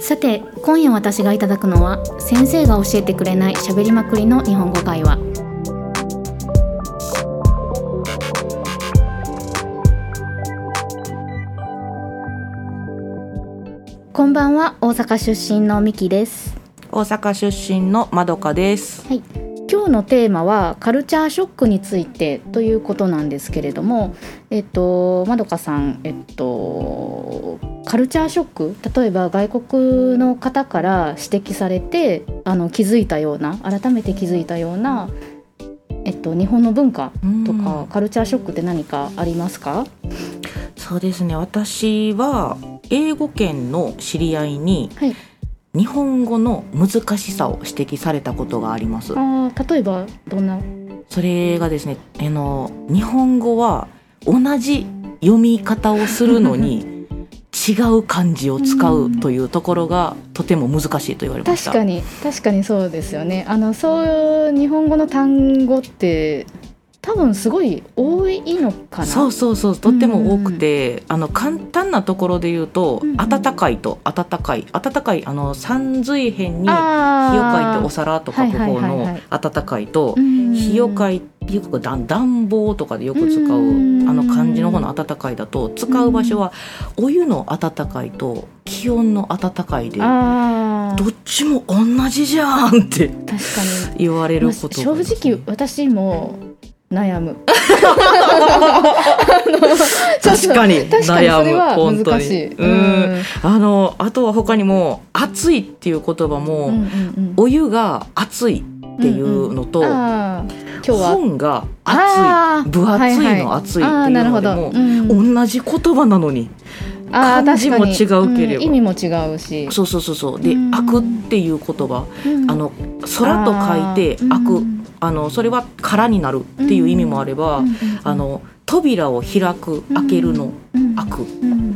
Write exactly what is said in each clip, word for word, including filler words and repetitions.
さて今夜私がいただくのは先生が教えてくれない喋りまくりの日本語会話。こんばんは、大阪出身のみきです。 大阪出身のまどかです。 はい、今日のテーマはカルチャーショックについてということなんですけれども、えっとまどかさん、えっとカルチャーショック、例えば外国の方から指摘されてあの気づいたような、改めて気づいたような、えっと、日本の文化とかカルチャーショックって何かありますか？ そうですね、私は英語圏の知り合いに、はい、日本語の難しさを指摘されたことがあります。 あ、例えばどんな？ それがですね、あの日本語は同じ読み方をするのに違う漢字を使うというところがとても難しいと言われました。 確かに確かにそうですよね。あのそういう日本語の単語って多分すごい多いのかな。 そうそうそう、とっても多くて、うん、あの簡単なところで言うと、うんうん、温かいと温かい温かい、あの三髄辺に火を書いてお皿と書く方の温かいと、火を書いてよく暖房とかでよく使うあの漢字の方の温かいだと、使う場所はお湯の温かいと気温の温かいで、どっちも同じじゃんって確かに言われることが、 まあ、正直私も悩む確かに悩む、 本当に、うん、 あのあとは他にも熱いっていう言葉も、うんうんうん、お湯が熱いっていうのと、うんうん、今日は本が熱い、分厚いの熱いっていうのでも、うん、同じ言葉なのに漢字も違うければ、うん、 意味も違うし、 そうそうそうそうで、うん、悪っていう言葉、うん、あの空と書いて悪、うん、あのそれは空になるっていう意味もあれば、うん、あの扉を開く、開けるの、うん、悪、うん、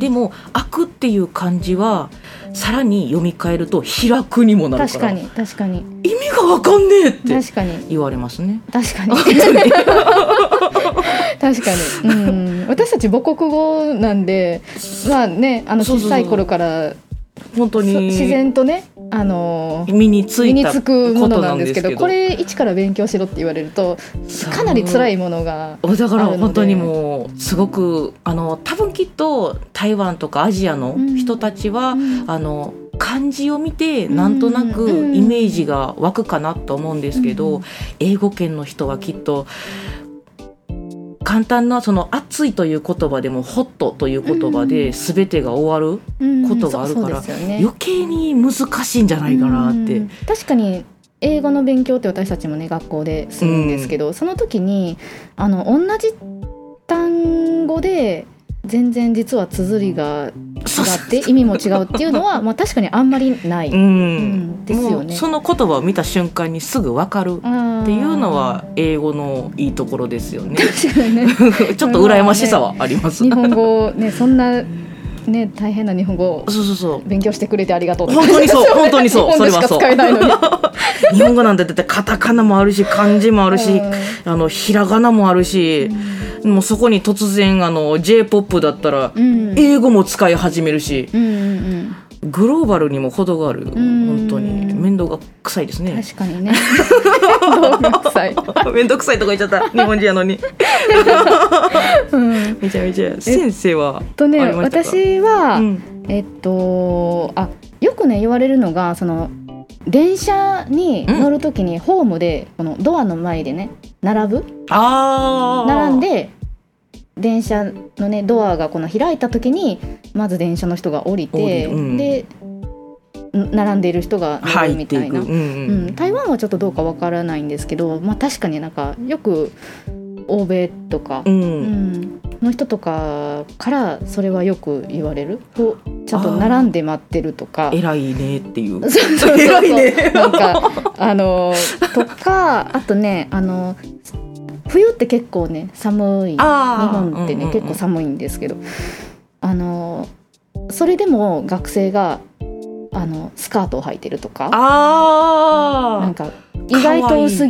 でも悪っていう漢字はさらに読み替えると開くにもなるから、 確かに確かに意味が分かんねえって言われますね。 確かに確かに、うん、私たち母国語なんで、まあね、あの小さい頃から本当に自然とね、あのー、 身についたくものなんですけど、これ一から勉強しろって言われるとかなり辛いものがあるので、 だから本当にもうすごくあの多分きっと台湾とかアジアの人たちは、うん、あの漢字を見てなんとなくイメージが湧くかなと思うんですけど、うん、英語圏の人はきっと簡単なその熱いという言葉でもホットという言葉で全てが終わることがあるから、余計に難しいんじゃないかなって、うん、 確かに英語の勉強って私たちもね学校でするんですけど、うん、その時にあの同じ単語で全然実は綴りが違って意味も違うっていうのはまあ確かにあんまりない、うんうん、ですよね。 もうその言葉を見た瞬間にすぐ分かるっていうのは英語のいいところですよね。 確かにねちょっと羨ましさはあります。 日本語ね、そんなね、大変な日本語を勉強してくれてありがとう。 本当にそう、本当にそう、 それはそう。日本でしか使えないのに日本語なんてだってカタカナもあるし漢字もあるし、あのひらがなもあるし、うん、もうそこに突然あの J-ポップ だったら英語も使い始めるし、うんうんうん、グローバルにも程がある。本当に面倒が臭いですね。 確かにね面倒が臭い面倒臭いとか言っちゃった日本人やのに、うん、めちゃめちゃ。先生はと、ね、 ありましたか？ 私は、うん、えっとあよくね言われるのが、その電車に乗るときにホームでこのドアの前でね並ぶ、あ並んで電車のねドアがこの開いたときにまず電車の人が降りて、うん、で並んでいる人が乗るみたいな、うんうんうん、台湾はちょっとどうかわからないんですけど、まあ、確かになんかよく欧米とか、うんうん、の人とかからそれはよく言われる。こうちゃんと並んで待ってるとか、 偉いねっていう。 そうそうそう偉いねなんかあのとか、あとね、あの冬って結構ね寒い、日本ってね、うんうんうん、結構寒いんですけど、あのそれでも学生があのスカートを履いてるとか、あなんか意外と薄着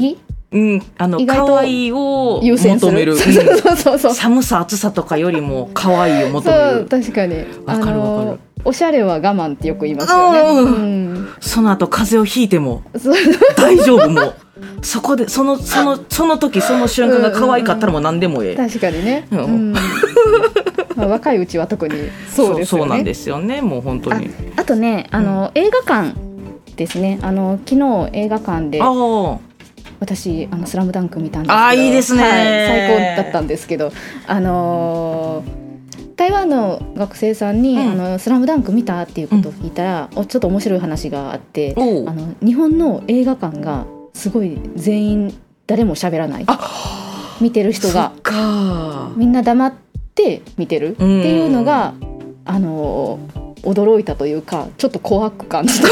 うん、あの可愛いを優先する求める、 そうそうそうそう、 寒さ暑さとかよりも可愛いを求める。 そう確かにわかるわかる。 おしゃれは我慢ってよく言いますよね、うん、 その後風邪をひいても大丈夫もそこでそのそのその時その瞬間が可愛かったらもう何でもええ、 うんうん、確かにね、うんうんまあ、若いうちは特にそうですよね。 そう、そうなんですよね。もう本当にあ, あとねあの、うん、映画館ですね。あの昨日映画館で私あのスラムダンク見たんですけど、 あいいですね、 はい、最高だったんですけど、あのー台湾の学生さんに、うん、あのスラムダンク見たっていうことを聞いたら、うん、ちょっと面白い話があって、あの日本の映画館がすごい全員誰も喋らない、見てる人がみんな黙って見てるっていうのが、うん、あの驚いたというかちょっと怖く感じた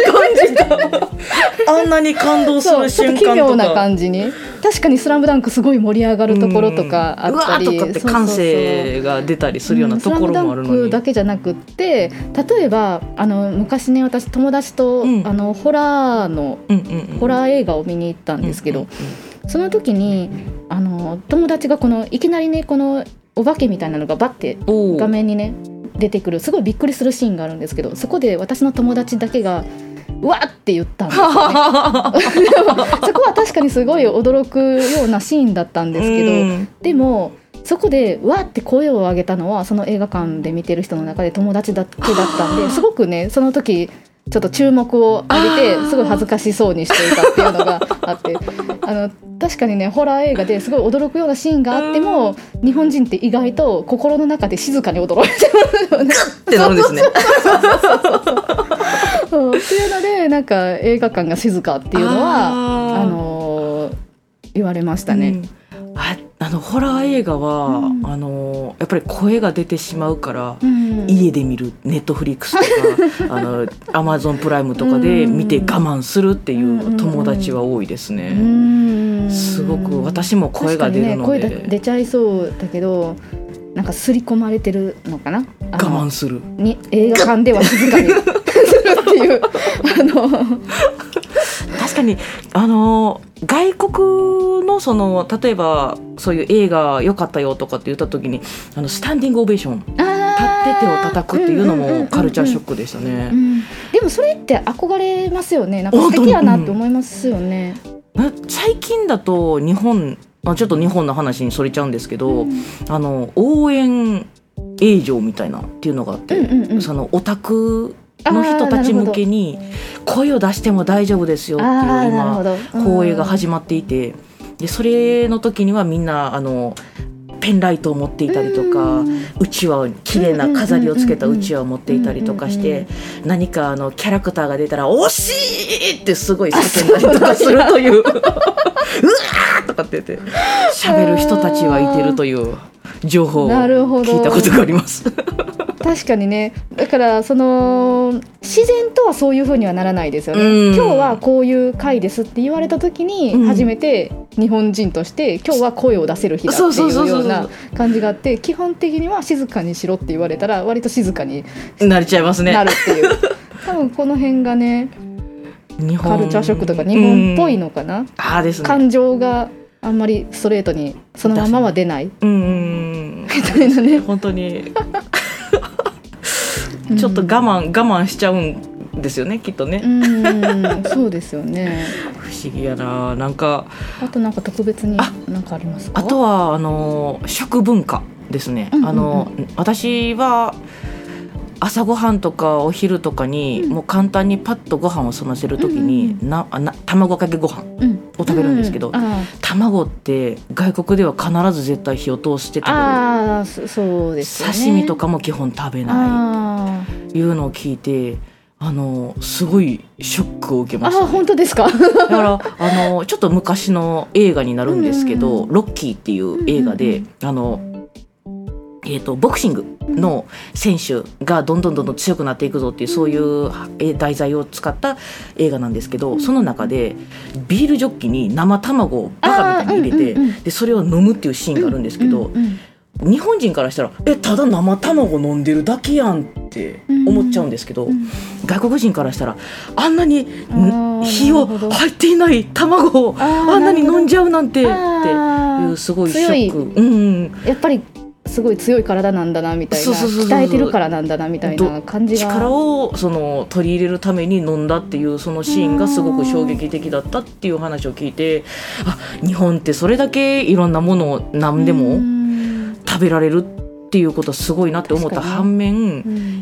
あんなに感動する瞬間とか奇妙な感じに、確かにスラムダンクすごい盛り上がるところとかあったり、 うわーとかって感性が出たりするようなところもあるのに、 スラムダンクだけじゃなくって例えばあの昔ね私友達と、うん、あのホラーの、うんうんうん、ホラー映画を見に行ったんですけど、うんうんうん、その時にあの友達がこのいきなりねこのお化けみたいなのがバッて画面にね出てくるすごいびっくりするシーンがあるんですけど、そこで私の友達だけがうわって言ったんですよねそこは確かにすごい驚くようなシーンだったんですけど、うん、でもそこでわって声を上げたのはその映画館で見てる人の中で友達だけだったんで、すごくねその時ちょっと注目を浴びてすごい恥ずかしそうにしていたっていうのがあってあの確かにねホラー映画ですごい驚くようなシーンがあっても日本人って意外と心の中で静かに驚いてますよねってなるんですねそうっていうのでなんか映画館が静かっていうのは あ, あのー、言われましたね、うんああのホラー映画は、うん、あのやっぱり声が出てしまうから、うん、家で見るネットフリックスとかあのアマゾンプライムとかで見て我慢するっていう友達は多いですね、うん、すごく私も声が出るので、 ね、声出ちゃいそうだけどなんか刷り込まれてるのかな、 我慢するに映画館では静かにするっていうあの確かにあの外国のその例えばそういう映画良かったよとかって言った時にあのスタンディングオベーション立って手を叩くっていうのもカルチャーショックでしたね、うんうんうん、 でもそれって憧れますよね。なんか素敵やなって思いますよね、 うん、最近だと日本ちょっと日本の話にそれちゃうんですけど、うん、あの応援映像みたいなっていうのがあって、うんうんうん、そのオタクの人たち向けに声を出しても大丈夫ですよっていう今放映が始まっていて、でそれの時にはみんなあのペンライトを持っていたりとかうちわを綺麗な飾りをつけたうちわを持っていたりとかして何かあのキャラクターが出たら惜しいってすごい叫んだりとかするといううわーとかって言って喋る人たちはいてるという情報を聞いたことがあります確かにね。だからその自然とはそういう風にはならないですよね。今日はこういう回ですって言われた時に初めて日本人として今日は声を出せる日だっていうような感じがあって、基本的には静かにしろって言われたら割と静かになれちゃいますね。 なるっていう多分この辺がね日本カルチャーショックとか日本っぽいのかな、 あーですね、 感情があんまりストレートにそのままは出ないうんみたいなね本当にちょっと我慢、我慢しちゃうんですよねきっとね。 うんそうですよね不思議やな。なんかあとなんか特別に何かありますか。 あとはあの食文化ですね、うんうんうん、あの私は朝ごはんとかお昼とかに、うん、もう簡単にパッとご飯を済ませるときに、うんうん、なな卵かけご飯を食べるんですけど、うんうん、卵って外国では必ず絶対火を通して食べる。 あそうですよね、 刺身とかも基本食べないいうのを聞いてあのすごいショックを受けました、ね、 あ本当ですかだからあのちょっと昔の映画になるんですけど、うんうん、ロッキーっていう映画で、うんうんうん、あのえーと、ボクシングの選手がどんどんどんどん強くなっていくぞっていうそういう題材を使った映画なんですけど、その中でビールジョッキに生卵をバカみたいに入れて、でそれを飲むっていうシーンがあるんですけど、 日本人からしたらえただ生卵飲んでるだけやんって思っちゃうんですけど、うんうん、外国人からしたらあんなに火を入っていない卵を あ, あんなに飲んじゃうなんてっていうすごいショック、うん、 やっぱりすごい強い体なんだなみたいな、そうそうそうそう、鍛えてるからなんだなみたいな感じが、 力をその取り入れるために飲んだっていうそのシーンがすごく衝撃的だったっていう話を聞いて、あ、日本ってそれだけいろんなものを何でも食べられるっていうことすごいなって思った反面、うん、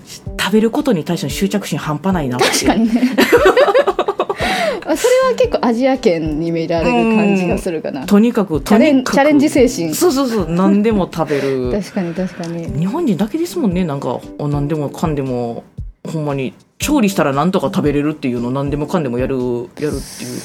食べることに対しての執着心半端ないなって。 確かにねそれは結構アジア圏に見られる感じがするかな、 うん、とにかくとにかくチャレンジ精神、 そうそうそう、何でも食べる確かに確かに日本人だけですもんね、なんか何でもかんでもほんまに調理したら何とか食べれるっていうの何でもかんでもやるやるっていう、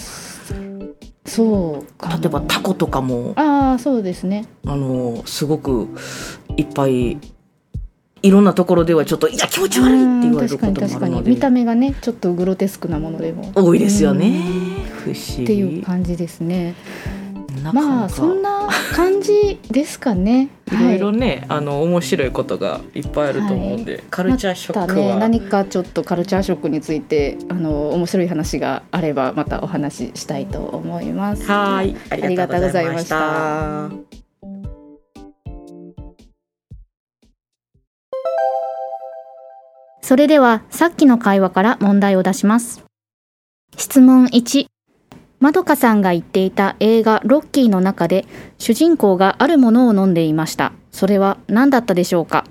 そうか、 例えばタコとかも、 あ、そうですね、 あのすごくいっぱいいろんなところではちょっといや気持ち悪いって言われることもあるので、確かに確かに見た目がねちょっとグロテスクなものでも多いですよね、不思議っていう感じですね。まあそんな感じですかねいろいろね、はい、あの面白いことがいっぱいあると思うんで、はい、カルチャーショックは、またね、 何かちょっとカルチャーショックについてあの面白い話があればまたお話ししたいと思います。 はい、ありがとうございました。 それではさっきの会話から問題を出します。質問いち、まどかさんが言っていた映画ロッキーの中で主人公があるものを飲んでいました。それは何だったでしょうか？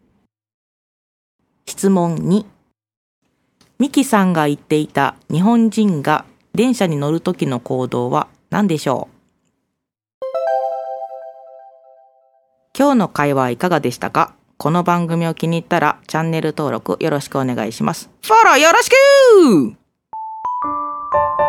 質問に、ミキさんが言っていた日本人が電車に乗る時の行動は何でしょう？今日の会話はいかがでしたか？この番組を気に入ったらチャンネル登録よろしくお願いします。フォローよろしく！